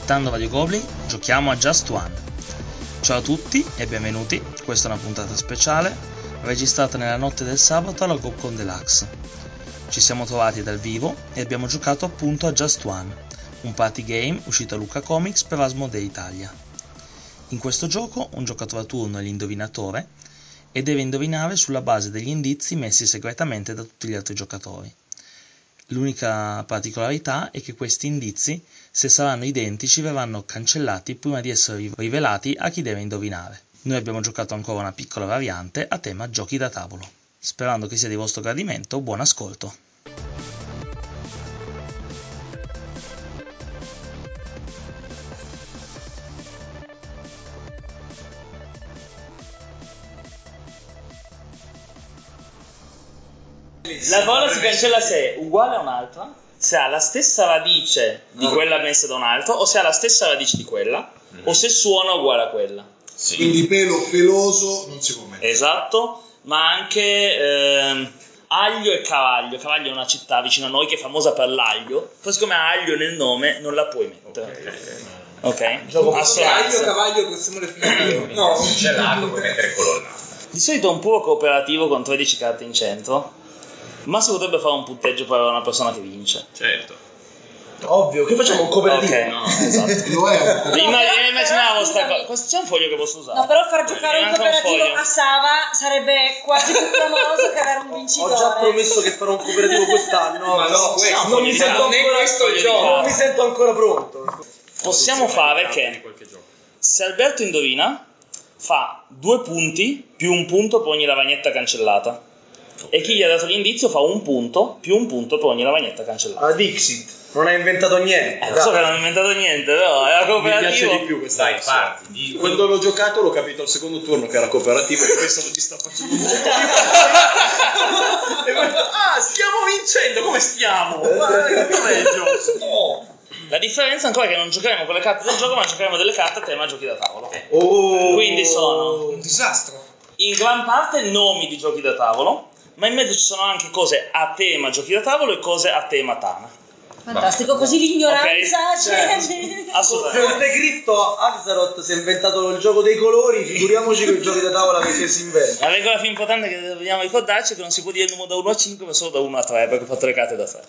Ascoltando Radio Goblin, giochiamo a Just One. Ciao a tutti e benvenuti, questa è una puntata speciale, registrata nella notte del sabato alla GoCon Deluxe. Ci siamo trovati dal vivo e abbiamo giocato appunto a Just One, un party game uscito a Lucca Comics per Asmodee Italia. In questo gioco un giocatore a turno è l'indovinatore e deve indovinare sulla base degli indizi messi segretamente da tutti gli altri giocatori. L'unica particolarità è che questi indizi, se saranno identici, verranno cancellati prima di essere rivelati a chi deve indovinare. Noi abbiamo giocato ancora una piccola variante a tema giochi da tavolo. Sperando che sia di vostro gradimento, buon ascolto! La parola si cancella se è uguale a un'altra, se ha la stessa radice di quella messa da un altro, o se ha la stessa radice di quella, o se suona uguale a quella. Sì. Quindi pelo peloso non si può mettere. Esatto, ma anche Aglio e Cavaglio. Cavaglio è una città vicino a noi che è famosa per l'aglio, poi siccome ha aglio nel nome non la puoi mettere. Ok? Gioco aglio, cavaglio, possiamo definire. No, non c'è l'arco, puoi mettere colonna. Di solito un puro cooperativo con 13 carte in centro. Ma si potrebbe fare un punteggio per una persona che vince. Certo. Ovvio, che facciamo un cooperativo? Ok, no, esatto. Lo è. Immaginavo sta cosa. C'è un foglio che posso usare? No, però far giocare un cooperativo un a Sava sarebbe quasi più clamoroso che avere un vincitore. Ho già promesso che farò un cooperativo quest'anno. Ma no, questo non mi sento ancora questo il gioco. Non mi sento ancora pronto. Possiamo fare che se Alberto indovina fa 2 punti più un punto per ogni lavagnetta cancellata. E chi gli ha dato l'indizio fa 1 punto più 1 punto per ogni lavagnetta cancellata. A Dixit, non hai inventato niente. So che non ho inventato niente, però era cooperativo. Mi piace di più questa parti. Quando l'ho giocato l'ho capito al secondo turno che era cooperativo e pensavo di sta facendo un gioco. Stiamo vincendo, come stiamo? Com'è il gioco? Oh. La differenza ancora è che non giocheremo con le carte del gioco, ma giocheremo delle carte a tema giochi da tavolo. Quindi sono un disastro. In gran parte nomi di giochi da tavolo, ma in mezzo ci sono anche cose a tema giochi da tavolo e cose a tema Tana. Fantastico, così l'ignoranza assolutamente. Per Negrito Axaroth si è inventato il gioco dei colori, figuriamoci che i giochi da tavola che si inventa. La regola più importante che dobbiamo ricordarci è che non si può dire il numero da 1 a 5 ma solo da 1 a 3, perché ho fatto le carte da 3.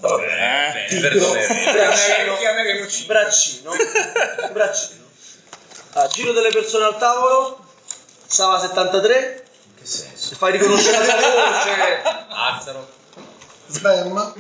Braccino. Giro delle persone al tavolo. Sava 73. Che senso? Se fai riconoscere la voce. Azzaro. Sperma.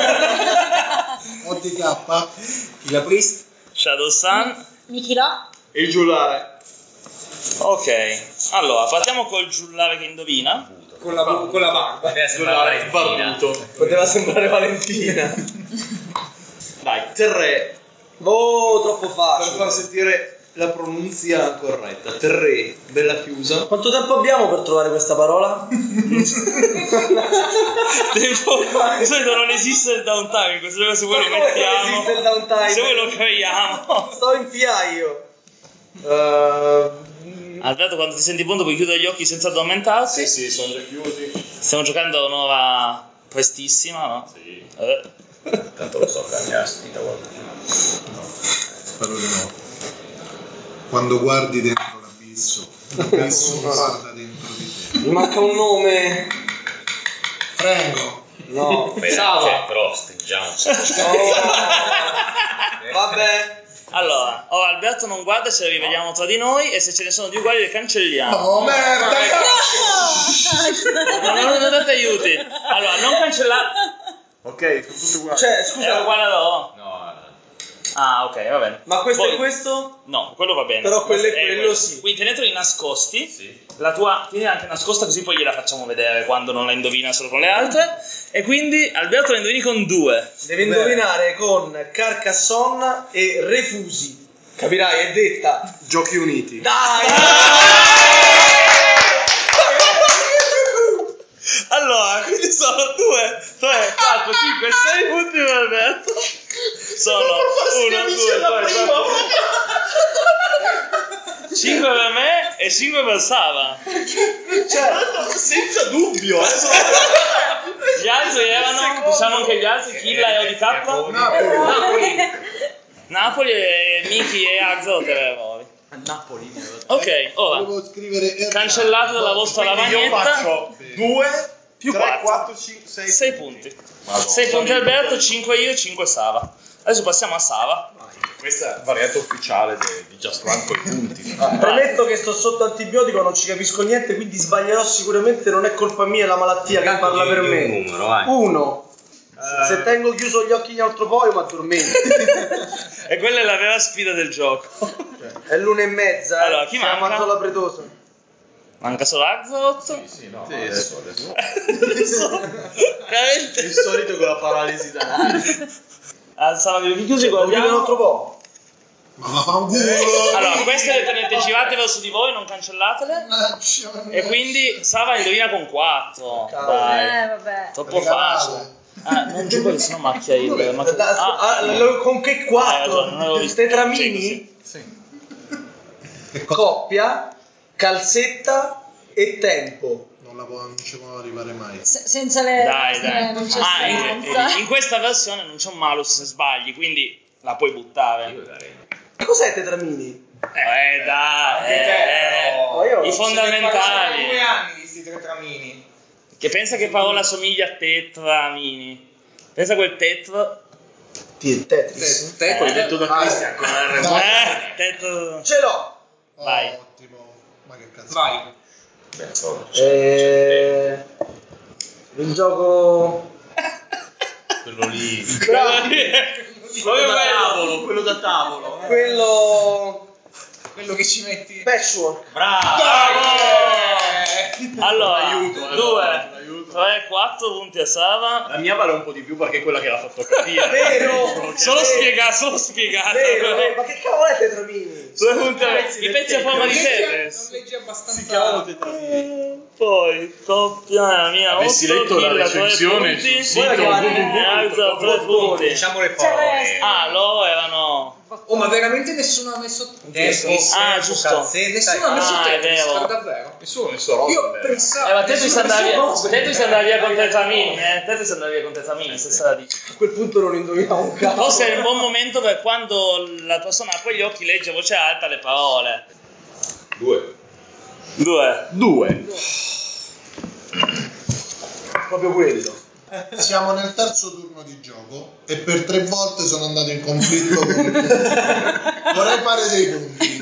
OTK. La Priest. Shadow Sun. Michila. E il giullare. Ok, allora partiamo col giullare che indovina. Con la barba. Poteva sembrare barbuto. Poteva sembrare Valentina. Dai, 3. Oh, troppo facile. Per far sentire la pronunzia corretta. 3, bella chiusa. Quanto tempo abbiamo per trovare questa parola? Di solito non esiste il downtime, in questo gioco se vuoi lo mettiamo. Non esiste il downtime. Se vuoi lo creiamo. Sto in fiaio. Alberto, quando ti senti pronto puoi chiudere gli occhi senza addormentarti. Sì, sono già chiusi. Stiamo giocando a un'ora prestissima, no? Sì. Tanto lo so che mi ha sentita qualcuno. Spero di no. Quando guardi dentro l'abisso guarda dentro di te. Mi manca un nome. Prego. No. Sava. Però stringiamo. Vabbè. Allora, Alberto non guarda, ce le rivediamo tra di noi e se ce ne sono di uguali le cancelliamo. Oh merda! Non date aiuti. Allora, non cancellate. Ok, sono tutti uguali. Cioè, È scusa. uguale a loro? No. Ah, ok, va bene. Ma questo Poi- è questo? No, quello va bene. Però quello è Questo quello, questo. sì. Quindi teneteli nascosti. Sì. La tua tieni anche nascosta così poi gliela facciamo vedere quando non la indovina solo con le altre. E quindi Alberto la indovini con 2. Devi indovinare con Carcassonne e Refusi. Capirai, è detta. Giochi uniti. Dai! Allora, quindi sono 2, 3, 4, 5, 6 punti per Alberto. Sono 1, 2, 3, 4, 5 per me e 5 per Sava. Cioè, senza dubbio. Gli altri erano, diciamo anche gli altri, Killa e ODK. Napoli. Napoli e Miki e Axel te le muovi. A Napoli. Ok, ora Volevo scrivere cancellate dalla vostra lavagnetta. faccio 2 più 3, 4, 4, 5, 6 6 punti. 6 punti Alberto, 5 io, 5 Sava. Adesso passiamo a Sava. Questa è la variante ufficiale di Just One con i punti. Premetto che sto sotto antibiotico, non ci capisco niente, quindi sbaglierò sicuramente, non è colpa mia, è la malattia che parla per me. Un numero, vai. 1. Se tengo chiuso gli occhi altro poi mi addormento. E quella è la vera sfida del gioco. È l'1:30. Allora, chi Siamo manca? a Zola Pretosa. Manca solo Axel. Sì, no, adesso. Veramente. Il solito con la paralisi da Al sala degli chiusi Lo chiudo un guardiamo. altro po'. Ma vaffanculo! Allora, queste le tenete girate verso di voi, non cancellatele. E quindi Sava indovina con 4. Dai, Vabbè. troppo facile. Non gioco che sennò macchia il Con che Hai 4? ragione, non avevo visto. Tetramini? Coppia, calzetta e tempo. Non ci può arrivare mai. Senza le... Dai. Non c'è speranza. In questa versione non c'è un malus se sbagli, quindi la puoi buttare. Cos'è tetramini? I fondamentali. 2 anni questi tetramini. Che pensa che parola somiglia a tetramini? Pensa a quel tetro. Tetris. te, poi detto da Cristian con la R. Tetro. Ce l'ho. Vai. Ottimo. Ma che cazzo. Vai. Il gioco. Quello lì. Quello da tavolo. Quello che ci metti. Patchwork. Bravo! Allora, Aiuto, 2, 3, 4 punti a Sava. La mia vale un po' di più perché è quella che l'ha fatto capire. Vero. Solo spiegato. Vero. Ma che cavolo è tetramini? 2 punti i pezzi a forma di Non Tetris. leggi abbastanza. Si chiamano tetramini. Poi coppia mia. Avessi 8, letto la Killa, 3 recensione punti. sul Guarda sito che Alza 3 punti. Diciamo le C'è parole. resto. Loro erano. Oh, ma veramente nessuno ha messo Tempo, giusto. Nessuno ha messo è Tetris, vero. per davvero. Nessuno ha messo roba. Io bene. pensavo. Ma Tetris nessuno ha andava via. messo Tetris andava via con Tetramini, Tetris andava via con Tetramini, stessa la dici. A quel punto non indovinavo un cavolo. Forse è un buon momento per quando la persona apre gli occhi legge a voce alta le parole. 2. 2. Proprio quello. Siamo nel terzo turno di gioco e per 3 volte sono andato in conflitto con il pubblico. Vorrei fare dei punti.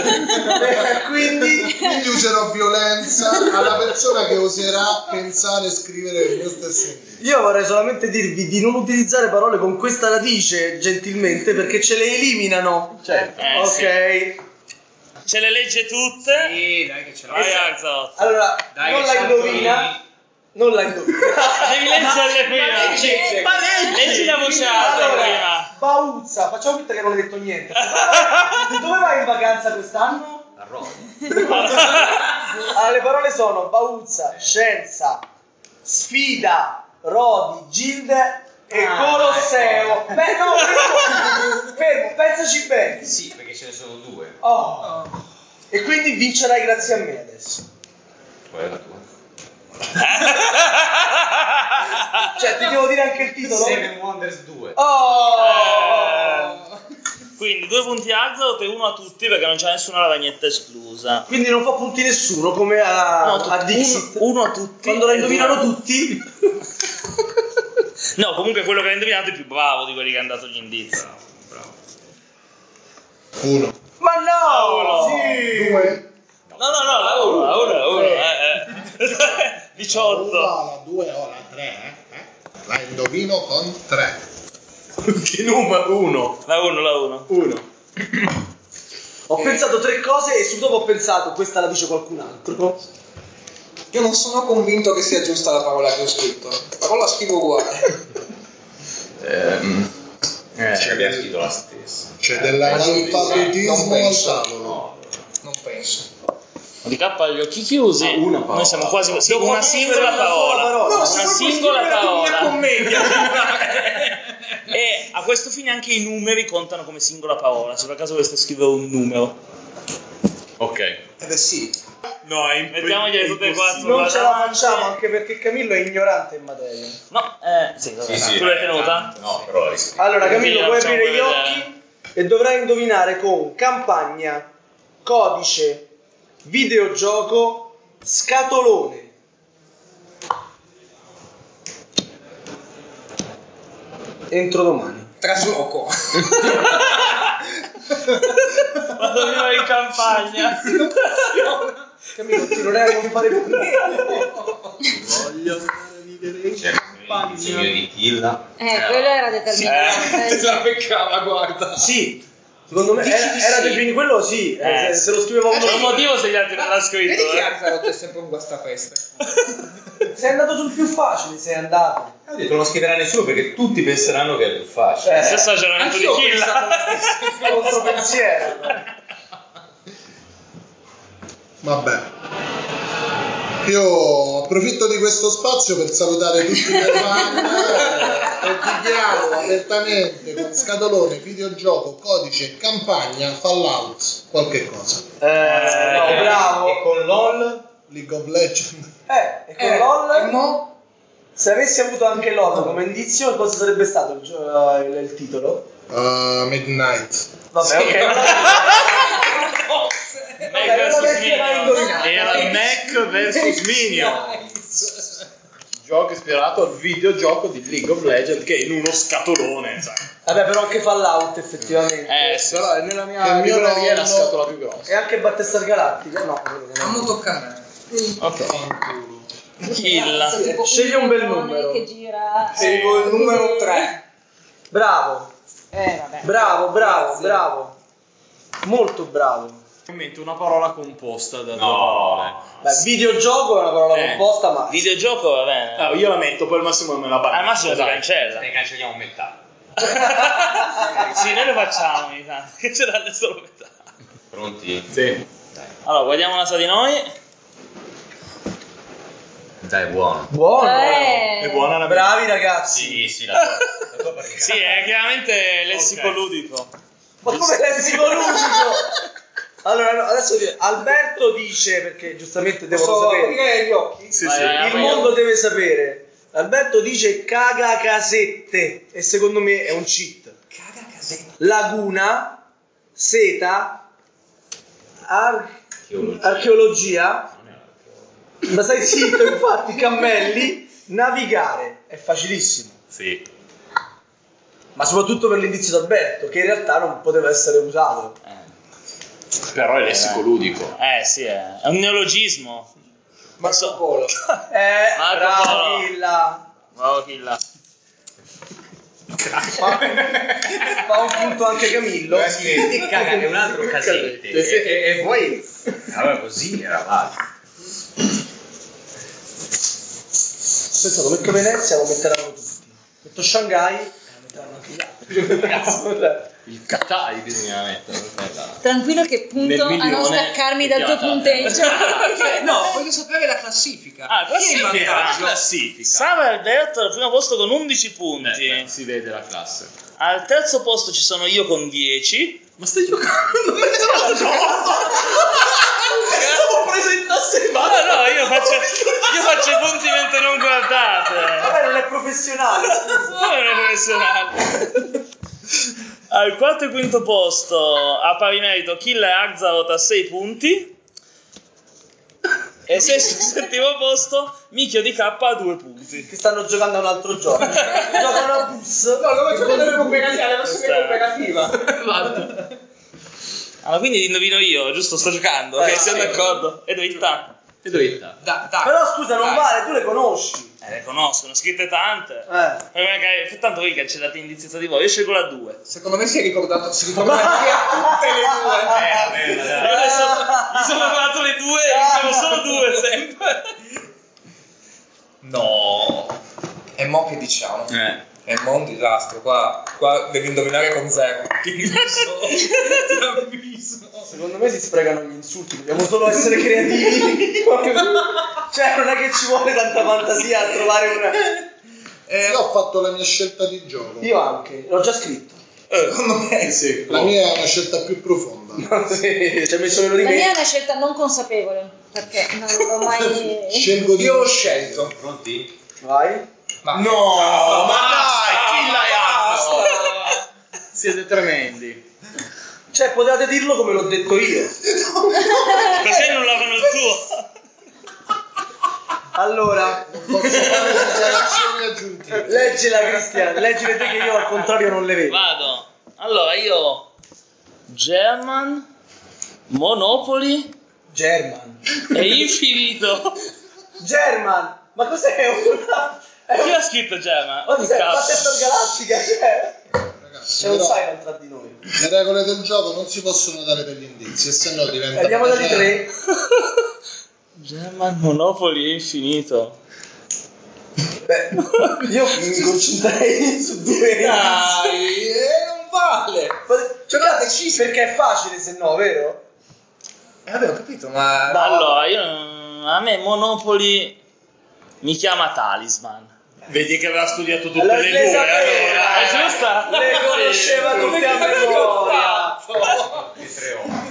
Quindi userò violenza alla persona che oserà pensare e scrivere il mio stesso indirizzo. Io vorrei solamente dirvi di non utilizzare parole con questa radice, gentilmente, perché ce le eliminano. Certo. Ok. Sì. Ce le legge tutte. Sì, dai che ce l'ha. Vai Alza. Allora, Dai, non che la c'è indovina. Non la indovina. Devi leggerle prima. Leggi la voce alta Allora, prima. Bauzza, facciamo finta che non hai detto niente. Dove vai in vacanza quest'anno? A Roma. Allora, le parole sono Bauzza, scienza, sfida, Rodi, Gilde e Colosseo. Beh, no, fermo, pensaci bene. Sì, perché ce ne sono 2. Oh. E quindi vincerai grazie a me adesso. Qual è la tua? Cioè, ti devo dire anche il titolo? Seven Wonders 2. Oh! Quindi 2 punti Alza e 1 a tutti perché non c'è nessuna lavagnetta esclusa. Quindi non fa punti nessuno come a Dixit. Uno a tutti. Quando la e indovinano 2 tutti. No, comunque quello che l'ha indovinato è più bravo di quelli che hanno dato gli indizi. Bravo. 1, Ma no! 2, No, la 1. 18. la 2 o la 3, La indovino con 3. Che numero? 1. La 1. Ho pensato 3 cose e su dopo ho pensato questa la dice qualcun altro. Io non sono convinto che sia giusta la parola che ho scritto. La parola scrivo uguale. Ci abbiamo scritto la stessa. C'è dell'analfabetismo Non al penso. tavolo. Non penso. Di K agli occhi chiusi. Una parola. Noi siamo quasi sì, Dopo una tutto singola una sola parola. parola. No, Una singola parola. commedia. E a questo fine anche i numeri contano come singola parola. Se per caso voleste scrivere un numero. Ok. Sì. No, è Mettiamogliele tutte e 4. Non ce la facciamo anche perché Camillo è ignorante in materia. No, sì, vabbè. Sì, Tu l'hai tenuta? No, però la riscrivo. Allora Camillo, Quindi puoi facciamo aprire gli vedere. occhi? e dovrai indovinare con campagna, codice, videogioco, scatolone. Entro domani. Trasloco. Vado prima in campagna. Che mi continuerei a non fare più. Voglio vivere in C'è il disegno di Killa. Quello era determinante. Se la beccava, guarda. Sì, secondo me era definito quello, sì. Se lo scrivevo C'è un motivo se gli altri non l'ha scritto. Vedi che Axarot è sempre un guastafeste. sei andato sul più facile, sei andato. Ho detto non lo scriverà nessuno perché tutti penseranno che è più facile. Stesso ragionamento di Killa. Contropensiero. Vabbè. Io approfitto di questo spazio per salutare tutti i miei fan e dichiaro apertamente con scatolone, videogioco, codice, campagna, Fallout, qualche cosa. No, bravo. E con LOL? League of Legends. E con LOL. E mo? Se avessi avuto anche LOL come indizio, cosa sarebbe stato il titolo? Midnight. Vabbè, ok. Mac vs Minions. Era Mac vs Minions. Gioco ispirato al videogioco di League of Legends che è in uno scatolone, sai. Vabbè, però anche Fallout effettivamente. Sì. Però nella Che mia il mio libreria è la nonno- scatola più grossa. E anche Battlestar Galactica? No, quello A mo tocca a me. Ok. Killa. Scegli un bel numero. Che gira. Scelgo il numero 3. Bravo, Vabbè. bravo. Molto bravo. In mente una parola composta da due No. parole. Beh, videogioco è una parola composta, ma Videogioco va bene. Ah, io la metto, poi al massimo me la banno. Al massimo si Dai. cancella. Ne cancelliamo metà. Sì, noi lo facciamo ogni tanto. Che ce l'ha solo metà. Pronti? Sì. Allora, guardiamo una sa di noi. Dai, buono. buono. È buona la Bravi ragazzi. Sì, la tua partita. Sì, è chiaramente lessico ludico. Ma come lessico ludico? Allora, no, adesso Alberto dice, perché giustamente devono Posso sapere. aprire gli occhi? Sì, Vai, sì. vai, Il vai. mondo deve sapere. Alberto dice cagacasette e secondo me è un cheat. Cagacasette. Laguna, seta, archeologia. Ma stai zitto, infatti, cammelli, navigare. È facilissimo. Sì. Ma soprattutto per l'indizio d'Alberto, che in realtà non poteva essere usato. Però è lessico ludico. Sì, è un neologismo. Marco Polo. Marco Bravo Polo. Killa. Bravo Killa. Fa un punto anche Camillo. Che caga, è un altro casette. E poi allora così eravate. Ho pensato, metto Venezia, lo metteranno tutti. Metto Shanghai, lo metteranno anche gli altri. Il Katai bisogna mettere. Tranquillo che punto Nel a non milione staccarmi dal tuo chiamata. punteggio. No, voglio sapere la classifica. Ah, Chi è in classifica. vantaggio? Classifica. Sava Alberto al primo posto con 11 punti. Si vede la classe. Al terzo posto ci sono io con 10. Ma stai giocando? Non me ne sono accorto. Stavo presentasse No, no, io faccio i punti mentre non guardate. Vabbè, non è professionale. Come non è professionale? Al quarto e quinto posto a pari merito Killa e Axarot a 6 punti. E sesto e settimo posto Michio di K a 2 punti. Che stanno giocando a un altro gioco. Giocano a bus. No, lo faccio vedere cooperativa, la versione cooperativa. Allora, quindi indovino io, giusto? Sto giocando. Ok, siamo d'accordo. E dritta. E dritta. Però scusa, non vale, tu le conosci. Le conosco, ne ho scritte tante. Eh. Tanto voi cancellate l'indiziata di voi. Io scelgo la 2. Secondo me si ricorda tutte le due. Io adesso mi sono guardato le 2 e sono solo 2 sempre. No. E mo che diciamo? È mo un disastro. Qua devi indovinare con 0. Ti avviso. Secondo me si sprecano gli insulti, dobbiamo solo essere creativi. Cioè, non è che ci vuole tanta fantasia a trovare una. Io ho fatto la mia scelta di gioco. Io anche, l'ho già scritto. Secondo me sì. La mia è una scelta più profonda. Sì, ci hai messo meno di La mia è me. una scelta non consapevole, perché non l'ho mai... Scelgo di Io ho scelto. Pronti? Vai. Ma No, ma basta, dai, chi l'hai basta. Siete tremendi. Cioè, potevate dirlo come l'ho detto io. Perché non lavano il tuo? Allora, Non posso fare dichiarazioni aggiuntive. leggila Cristian, leggile te che io al contrario non le vedo. Vado. Allora, io German, Monopoly German. e Infinito. German, ma cos'è una... Chi ha scritto German? Ma cos'è? Battlestar Galactica, cioè... Ragazzi, E non però, sai non tra di noi. le regole del gioco non si possono dare degli indizi, e se no diventa... Abbiamo dati 3. German, Monopoly e Infinito. Beh, io mi concentrerei su 2. Dai, non vale. Giocate perché è facile se no, vero? Vabbè, ho capito, ma... Allora, a me Monopoly mi chiama Talisman. Vedi che aveva studiato tutte Allora, le le due. sapeva. Allora. È giusta? Le conosceva tutte a memoria. Di 3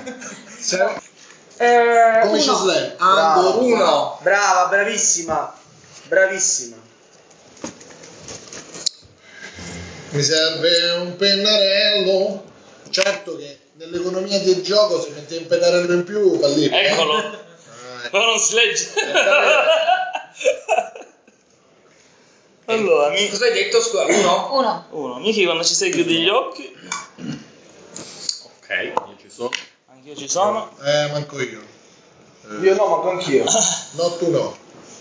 ore. Come c'è Slam? Andor 1. Brava, bravissima. Bravissima. Mi serve un pennarello. Certo che nell'economia del gioco se metti un pennarello in più fallisci. Eccolo. Però non si legge. Allora, Cosa hai detto? Scusa, 1? uno, Miki quando ci sei chiudi gli occhi. Ok, io ci sono. Anch'io ci sono. Manco io. Io no, ma anch'io. No, tu no.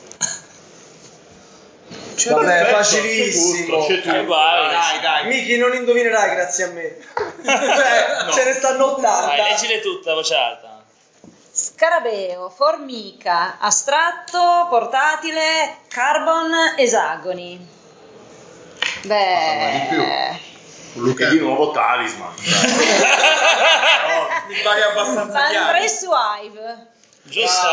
Vabbè, Perfetto, facilissimo. C'è tutto. Dai. Miki, non indovinerai grazie a me. Cioè, ce ne stanno 80. Vai, leggile tutte a voce alta. Scarabeo, formica, astratto, portatile, carbon, esagoni. Di più. Beh, Luca. E di nuovo Talisman. Mi pare abbastanza ma chiaro. andrei su Hive. Giusto.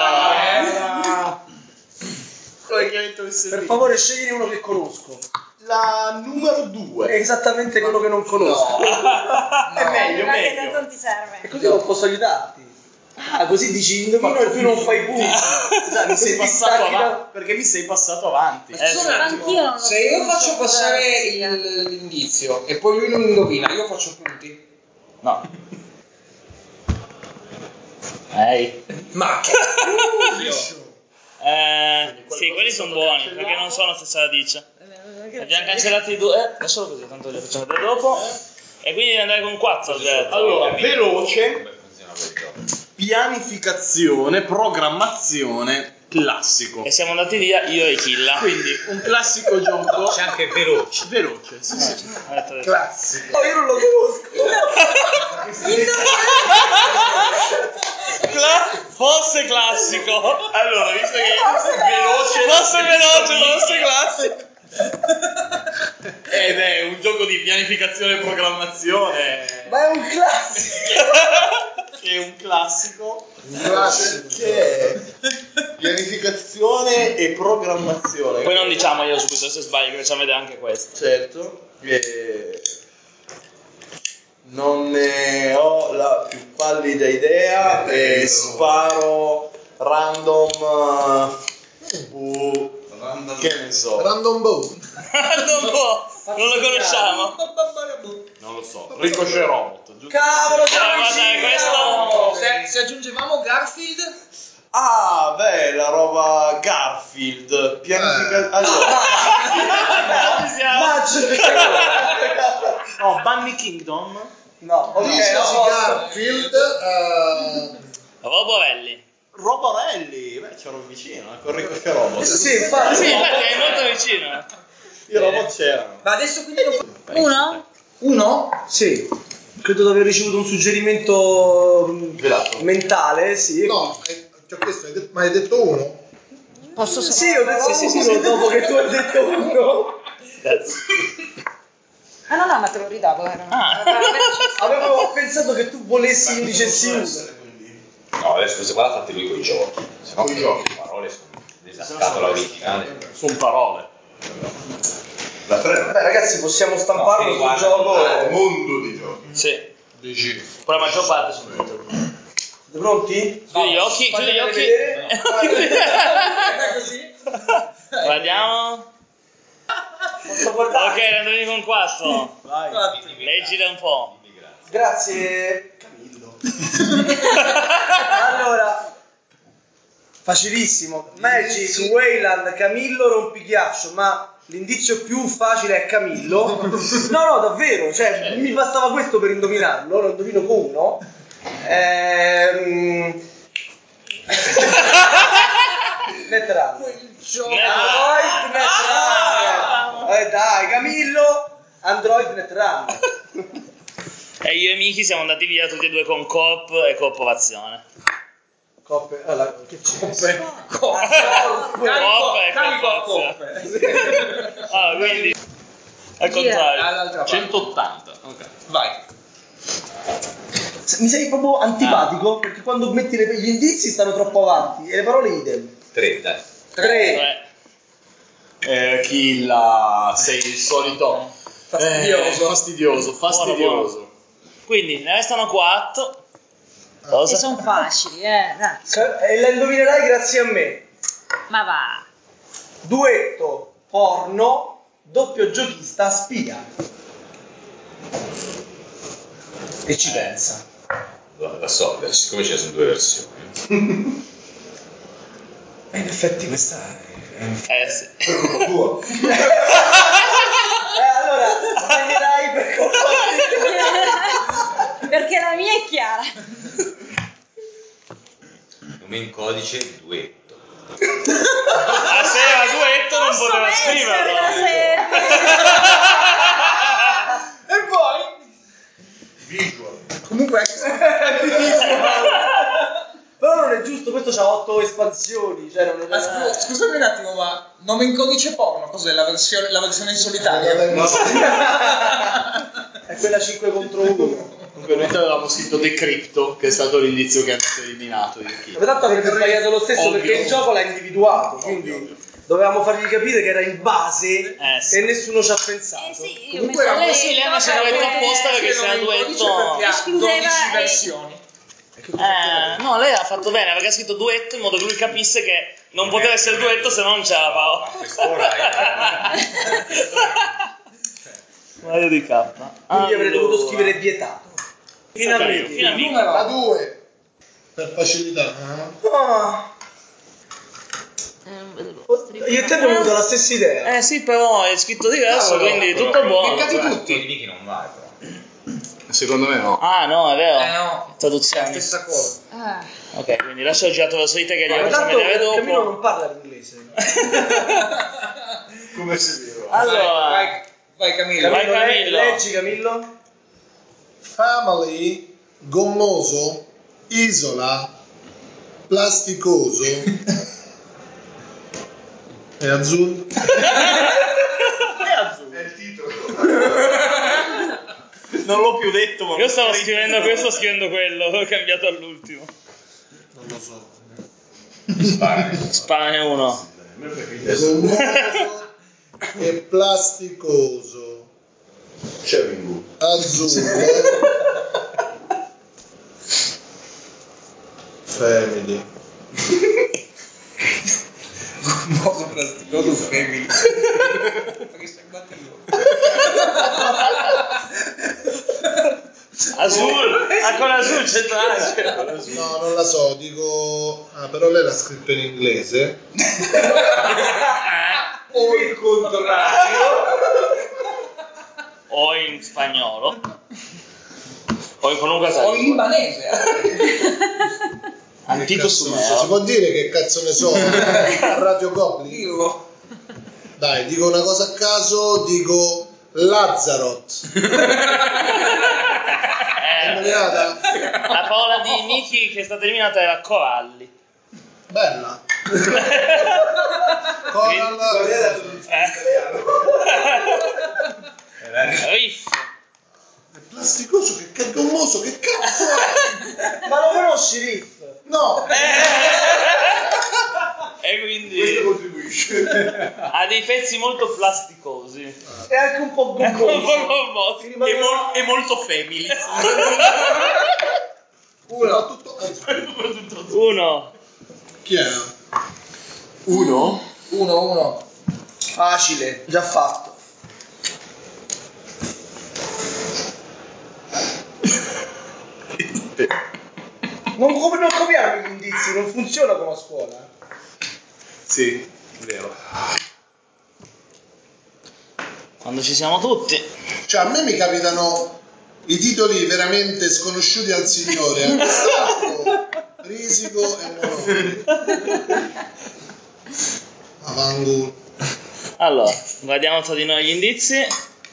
Per favore, scegli uno che conosco. La numero 2. È esattamente quello che non conosco. È meglio, Guarda che meglio. tanto non ti serve. E così non posso aiutarti. Ah, così dici indovino e tu non fai punti. Esatto, mi sei Ti passato stacchi da- avanti. Perché mi sei passato avanti. Anch'io non lo Se io non faccio so cosa passare sia. l'indizio e poi lui non indovina, io faccio punti. No. Ehi. Ma che Sì, quelli sono buoni perché non sono stessa radice. Abbiamo cancellato i due. Lascialo così, tanto li facciamo vedere dopo. E quindi devi andare con 4 Alberto. Allora, veloce. Come funziona quel gioco? Pianificazione, programmazione, classico. E siamo andati via io e Killa. Quindi un classico gioco C'è anche veloce. veloce, sì, sì. Ha detto- Classico. No, io non lo conosco. Fosse classico. Allora, visto che Fosse veloce, fosse classico. ed è un gioco di pianificazione e programmazione. Ma è un classico. È un classico. Un classico. Che è pianificazione e programmazione. Poi non diciamoglielo subito se sbaglio, che facciamo vedere anche questo. Certo. Non ne ho la più pallida idea e sparo random. Che ne so. Random Bone. Non lo conosciamo. Non lo so. Ricochet Robot. Giusto? Cavolo, siamo guarda, vicini. questo- se aggiungevamo Garfield? Ah, beh, la roba Garfield. Allora. No, Bunny Kingdom. No, ok, Dici no. Garfield. Roborelli. Roborelli. Beh, c'ero vicino, con Ricochet Robot. Sì, infatti. Sì, infatti è molto vicino. I robot c'erano. Ma adesso quindi non... Uno? Uno? Sì. Credo di aver ricevuto un suggerimento Velato. mentale, sì. No, ti ho chiesto, ma hai detto uno? Posso Sì, ho detto uno dopo che tu hai detto uno. Ah no, ma te lo ridavo. Avevo pensato che tu volessi io dicessi uno. No, adesso queste qua l'ha fatte lui con i giochi. Se no, le parole sono nella scatola originale. Sono parole. La 3 Beh, ragazzi, possiamo stamparlo No, sul guarda, gioco. mondo di giochi. Sì. Dici. Poi la maggior parte sono tutte. Siete pronti? Chiudi gli occhi, chiudi gli Fatemeli occhi. vedere. Così? Guardiamo. Posso guardare? Ok, andremo con 4. Vai. Leggile un po'. Grazie Camillo. Allora, facilissimo. Magic, Wayland, Camillo, Rompighiaccio, ma l'indizio più facile è Camillo. No, davvero, cioè mi bastava questo per indovinarlo, lo indovino con uno. Netrunner. Android Netrunner. Dai, Camillo, Android Netrunner. E io e Miki siamo andati via tutti e due con Coop e Cooperazione. Coppe, allora, che c'è? Coop e Cooperazione. Ah, quindi al contrario. All'altra parte. 180. Ok. Vai. Mi sei proprio antipatico perché quando metti gli indizi stanno troppo avanti e le parole idem. 3, dai. 3. Killa, sei il solito fastidioso. Buono. Quindi ne restano 4. E sono facili, dai. E la indovinerai grazie a me. Ma va. Duetto, porno, doppio giochista, spia. E ci pensa. La so, siccome ce ne sono 2 versioni. In effetti questa è Sì. colpa tua. Allora, sbaglierai per colpa tua. Perché la mia è chiara. Nome in codice duetto. Ma se era duetto non poteva scriverlo. E poi? Visual. Comunque anche però non è giusto, questo c'ha 8 espansioni, cioè non è... Scusami un attimo, ma nome in codice porno cos'è? La versione in solitario? No. È quella 5 contro 1. Comunque noi avevamo scritto Decrypto, che è stato l'indizio che hanno eliminato di Killa. Ma tanto avrebbe sbagliato lo stesso Ovvio. perché il gioco l'ha individuato, quindi dovevamo fargli capire che era il base sì. e nessuno ci ha pensato. Sì, io Comunque mi era Sì, lei ha messo duetto apposta perché se era duetto... perché ha Escludeva 12 e- versioni. No, lei ha fatto bene perché ha scritto duetto in modo che lui capisse che non poteva essere duetto se no non c'era la parola. Mario di K. Quindi avrei dovuto scrivere vietato. Finalmente. Numero. La 2. Per facilità. Ah, io e te abbiamo avuto la stessa idea. Sì, però è scritto diverso, quindi tutto buono. Beccati tutti. Miki non vai però. Secondo me no. Ah, no, è vero. No, è la Traduzione. stessa cosa. Ok, quindi lascio il girato verso di te che glielo Ma facciamo tanto vedere Camillo dopo. non parla l'inglese. Come si vede? Allora, Vai Camillo. Vai, Camillo. Leggi Camillo. Family, gommoso, isola, plasticoso e azzurro. È il titolo. Non l'ho più detto, ma io stavo scrivendo questo, scrivendo quello, l'ho cambiato all'ultimo. Non lo so. Spane uno. Gommoso e plasticoso. Azzurro. Family. Modo plasticoso family. Perché sei battivo. Azzurro, con Azzurro centrale. No, non la so, dico... Ah, però lei l'ha scritto in inglese. O il contrario. O in spagnolo. O in qualunque O in altro. libanese. Antico Si sumero. può dire che cazzo ne so? Radio Goblin? Dillo. Dai, dico una cosa a caso, dico Lazarot. Indovinata? La parola di Miki che è stata eliminata era coralli. Bella. Coral. Riff. È plasticoso, che gommoso, che cazzo è? Ma lo conosci Riff? No. E quindi contribuisce. ha dei pezzi molto plasticosi. È anche un po' Un po' gommoso. gommosi. È molto family. Soprattutto Uno. chi è? 1? 1-1. Facile, già fatto. Non copiare gli indizi, non funziona come a scuola. Sì, vero. Quando ci siamo tutti. Cioè, a me mi capitano i titoli veramente sconosciuti al Signore. A quest'altro, Risico e Monopoli. Avangulo. Allora, guardiamo tra di noi gli indizi.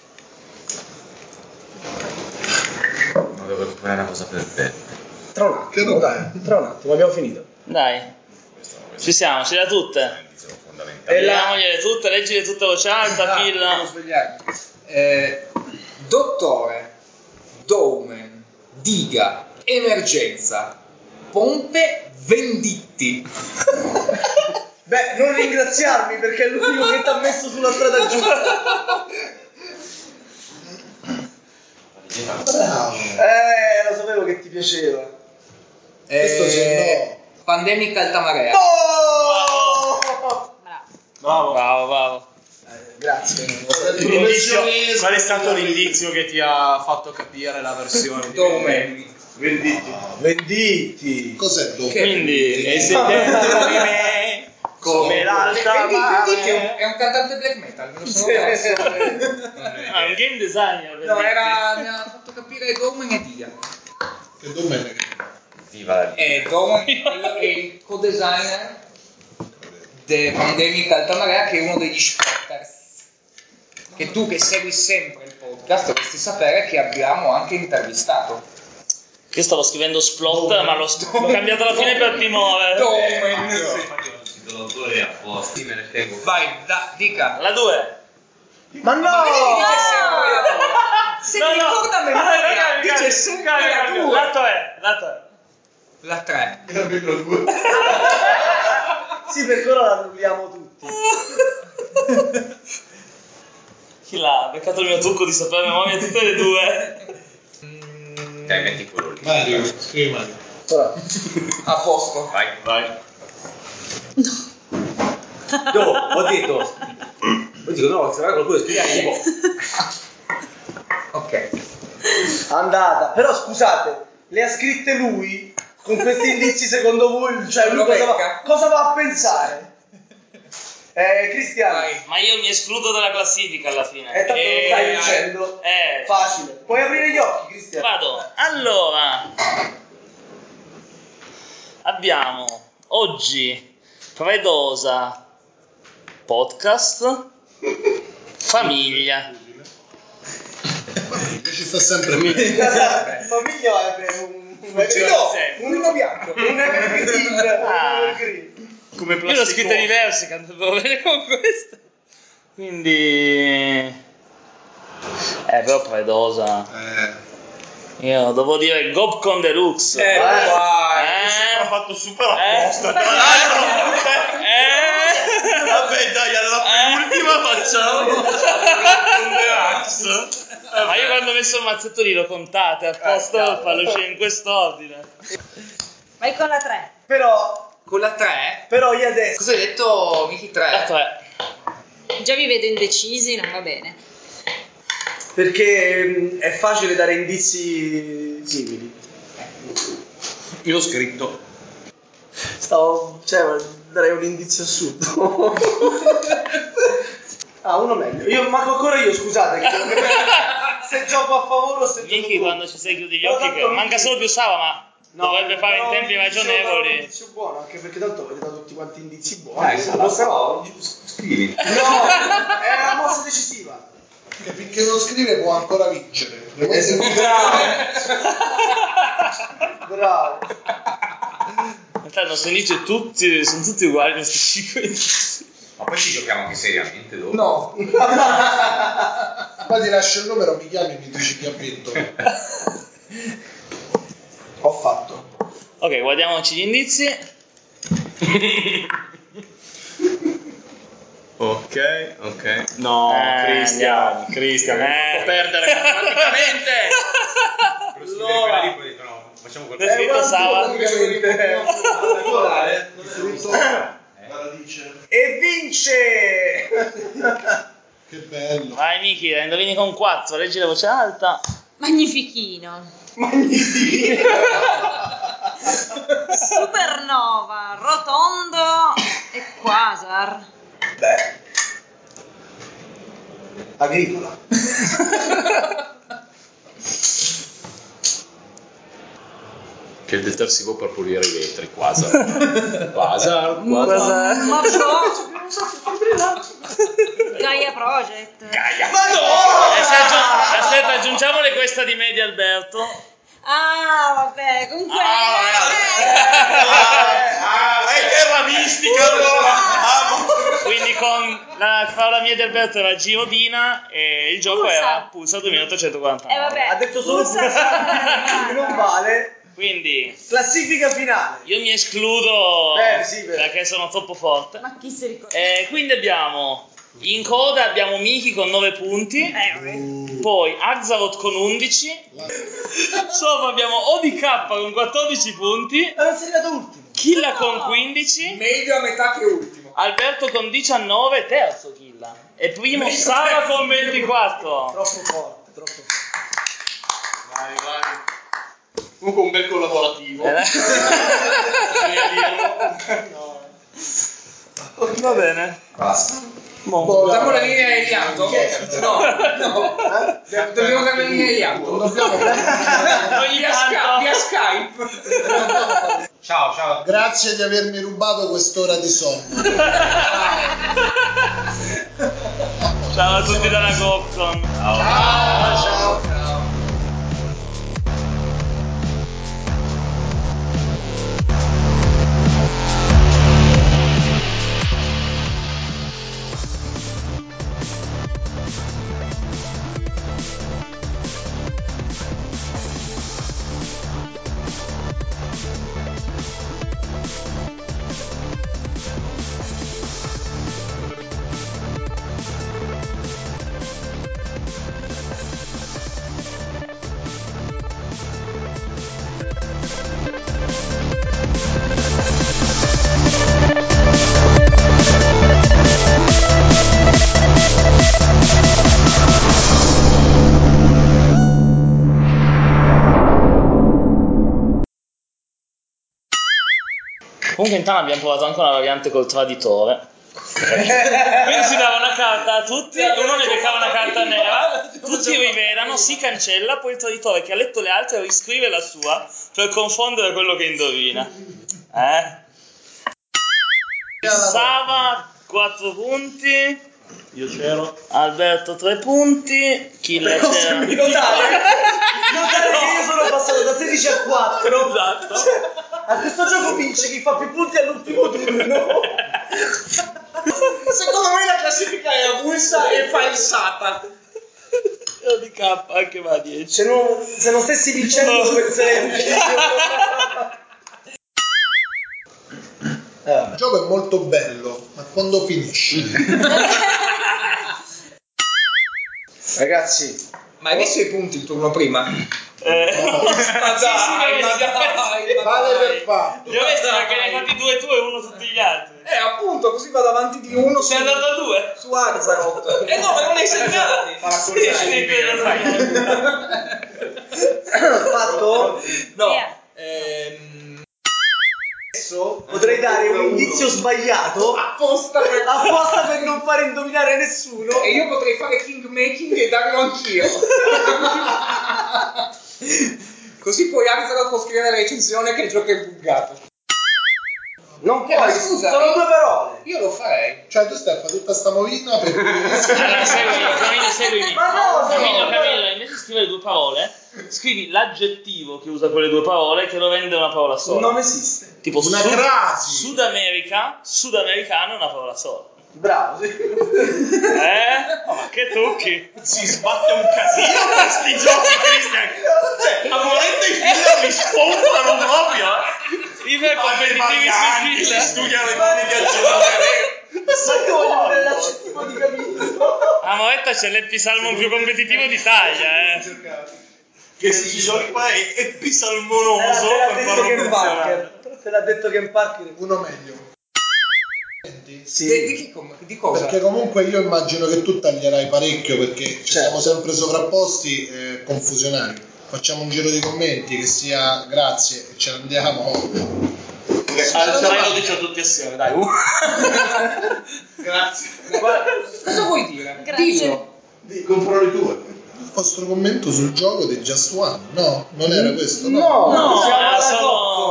Non devo recuperare una cosa perfetta. Tra un attimo, dai. Tra un attimo, abbiamo finito. Dai, ci siamo, ce le ha tutte. Leggiamogliele tutte, leggile tutte a voce alta, filla. Devo svegliarmi. Dottore, Dowman, diga, emergenza, pompe, venditti. Beh, non ringraziarmi perché è l'unico che ti ha messo sulla strada giusta. Bravo. Lo sapevo che ti piaceva. Questo se Pandemica alta marea. Oh! Bravo. Grazie. Qual è stato l'indizio che ti ha fatto capire la versione di Dowman. Venditti. Cos'è dopo? Quindi, E se come me, come l'altra Venditti mare. è un cantante black metal, me lo sono perso. ah, un game designer. No, mi ha fatto capire Dowman e Dia. Che domenica. Viva la vita. Dowman è il co-designer di Pandemica alta marea, che è uno degli spotters. Che tu che segui sempre il podcast dovresti sapere che abbiamo anche intervistato. Io stavo scrivendo splot, ma l'ho cambiato alla fine per timore. Dowman. L'autore apposta, me ne tengo. Vai, dica. La 2. Ma no! Se mi ricorda a memoria, dice sempre la 2. Lato è. La 3. Sì, perché ora la annulliamo tutti. Chi l'ha? Ha beccato il mio trucco di sapere a memoria tutte le 2. Dai, metti quello lì. Mario, scrivi Mario. A posto. Vai. Ho detto no, sarà qualcuno spiegare. Ok. Andata. Però scusate, le ha scritte lui con questi indizi secondo voi? Cioè lui Lo cosa becca? va a pensare? Cristiano. Vai. Ma io mi escludo dalla classifica alla fine. Tanto lo stai dicendo. Facile. Puoi aprire gli occhi, Cristiano. Vado. Allora, abbiamo oggi Predosa podcast famiglia. Ci sta sempre meglio. Famiglia va per un vino bianco, un evergreen. Come Io l'ho scritta diverse che andavo bene con questa. Quindi però Predosa. Io devo dire Gobcon Deluxe. Ha fatto super apposta. Tra l'altro. Vabbè, dai, alla penultima facciamo con Deluxe. Ma io quando ho messo il mazzetto lì lo contate apposta per farlo uscire in quest'ordine. Vai con la 3. Con la 3? Però io adesso Cosa hai detto, Miki? 3? La 3. Già vi vedo indecisi, non va bene. perché è facile dare indizi simili. Io ho scritto. Darei un indizio assurdo. Uno meglio. Ma ancora io, scusate, che se gioco a favore o se gioco Vicky, quando ci sei chiudi gli occhi, che manca solo più Sava, ma dovrebbe fare in tempi ragionevoli. Un indizio buono, anche perché tanto avete dato tutti quanti indizi buoni. Scrivi. No, è una mossa decisiva. Che finché non scrive può ancora vincere. Bravo. Il nostro inizio sono tutti uguali questi 5. Ma poi ci giochiamo anche seriamente dopo. No. Poi ti lascio il numero, mi chiami e mi dici chi ha vinto. Ho fatto. Ok, guardiamoci gli indizi. Ok. No, Cristian, non può perdere matematicamente. Quella lì poi dicono, facciamo C'è qualcosa. scritto Sava. E vince! Che bello. Vai Miki, la indovini con 4, leggi la voce alta. Magnifichino. Supernova, Rotondo e Quasar. Beh. Agricola. Che è il detersivo per pulire i vetri, Quasar. Quasar. Ma Gaia Project. Aspetta, aggiungiamole questa di Media Alberto. Ah, vabbè, comunque. È terra mistica allora. Quindi con la favola Media Alberto era Giro Dina e il gioco Pulsar. era Pulsar 2849. Vabbè. Ha detto solo Pulsar. non vale. Quindi Classifica finale. io mi escludo Sì, perché sono troppo forte. Ma chi si ricorda? Quindi abbiamo in coda abbiamo Miki con 9 punti, Vabbè. poi Axaroth con 11, sopra abbiamo ODK con 14 punti, Ma non sei arrivato ultimo. Killa con 15, Meglio a metà che ultimo. Alberto con 19, terzo Killa, e primo Sara con 24. Troppo forte. Vai. Comunque un bel collaborativo. Va bene. Basta. Boh. Diamo la linea di Ianto? No. Dobbiamo dare la linea di Ianto. Non dobbiamo Via Skype. Ciao. Grazie di avermi rubato quest'ora di sonno. Ciao a tutti dalla Gopcon. Ciao. Comunque intanto abbiamo provato anche una variante col traditore. Quindi si dava una carta a tutti, uno ne beccava una carta nera, tutti rivelano, si cancella, poi il traditore che ha letto le altre riscrive la sua per confondere quello che indovina. Sava 4 punti, Io c'ero. Alberto 3 punti, Killa c'era. Notare che io sono passato da 16 a 4. Esatto. A questo gioco vince chi fa più punti all'ultimo turno. Secondo me la classifica è avulsa e falsata. ODK anche va a 10. Se non stessi vincendo penserei Il gioco è molto bello, ma quando finisce? Ragazzi, Ma hai messo i punti il turno prima? Ma dai. Vale per fatto. Io vedo perché ne hai fatti 2 tu e uno tutti gli altri. Appunto, così vado avanti di uno Sei andato a 2? su Axaroth. No, ma non hai segnati. fatto? No. Via. Adesso potrei dare un indizio sbagliato apposta per non fare indovinare nessuno. E io potrei fare king making e darlo anch'io. Così poi Axaroth può scrivere nella recensione che il gioco è buggato. Non puoi, ma scusa, sono 2 parole. Io lo farei. Cioè tu stai a fare tutta sta movina per Allora seguimi. Ma no, Camillo, invece di scrivere 2 parole, scrivi l'aggettivo che usa quelle 2 parole che lo rende una parola sola. non esiste. Tipo una crasi. Sud America, sudamericano è una parola sola. Bravo, sì. Ma che tocchi? Si sbatte un casino questi giochi, Cristian. Cioè, a momento i figli mi spompano proprio. Iper competitivi sui Si fila. studiano i modi di aggiornare. Ma che voglio vedere l'aggettivo di Camillo? A Moretta c'è l'episalmon più competitivo d'Italia, Che si giochi qua è episalmonoso Te l'ha per detto farlo Ken funzionare. Parker. Te l'ha detto Ken Parker. Uno meglio. Di cosa? Perché comunque io immagino che tu taglierai parecchio perché ci siamo sempre sovrapposti confusionari. Facciamo un giro di commenti che sia grazie e ce ne andiamo. Lo diciamo tutti assieme, dai. Grazie. Cosa vuoi dire? Grazie. Dillo. Compro le tue. Il vostro commento sul gioco di Just One? No, non era questo? No, siamo alla sono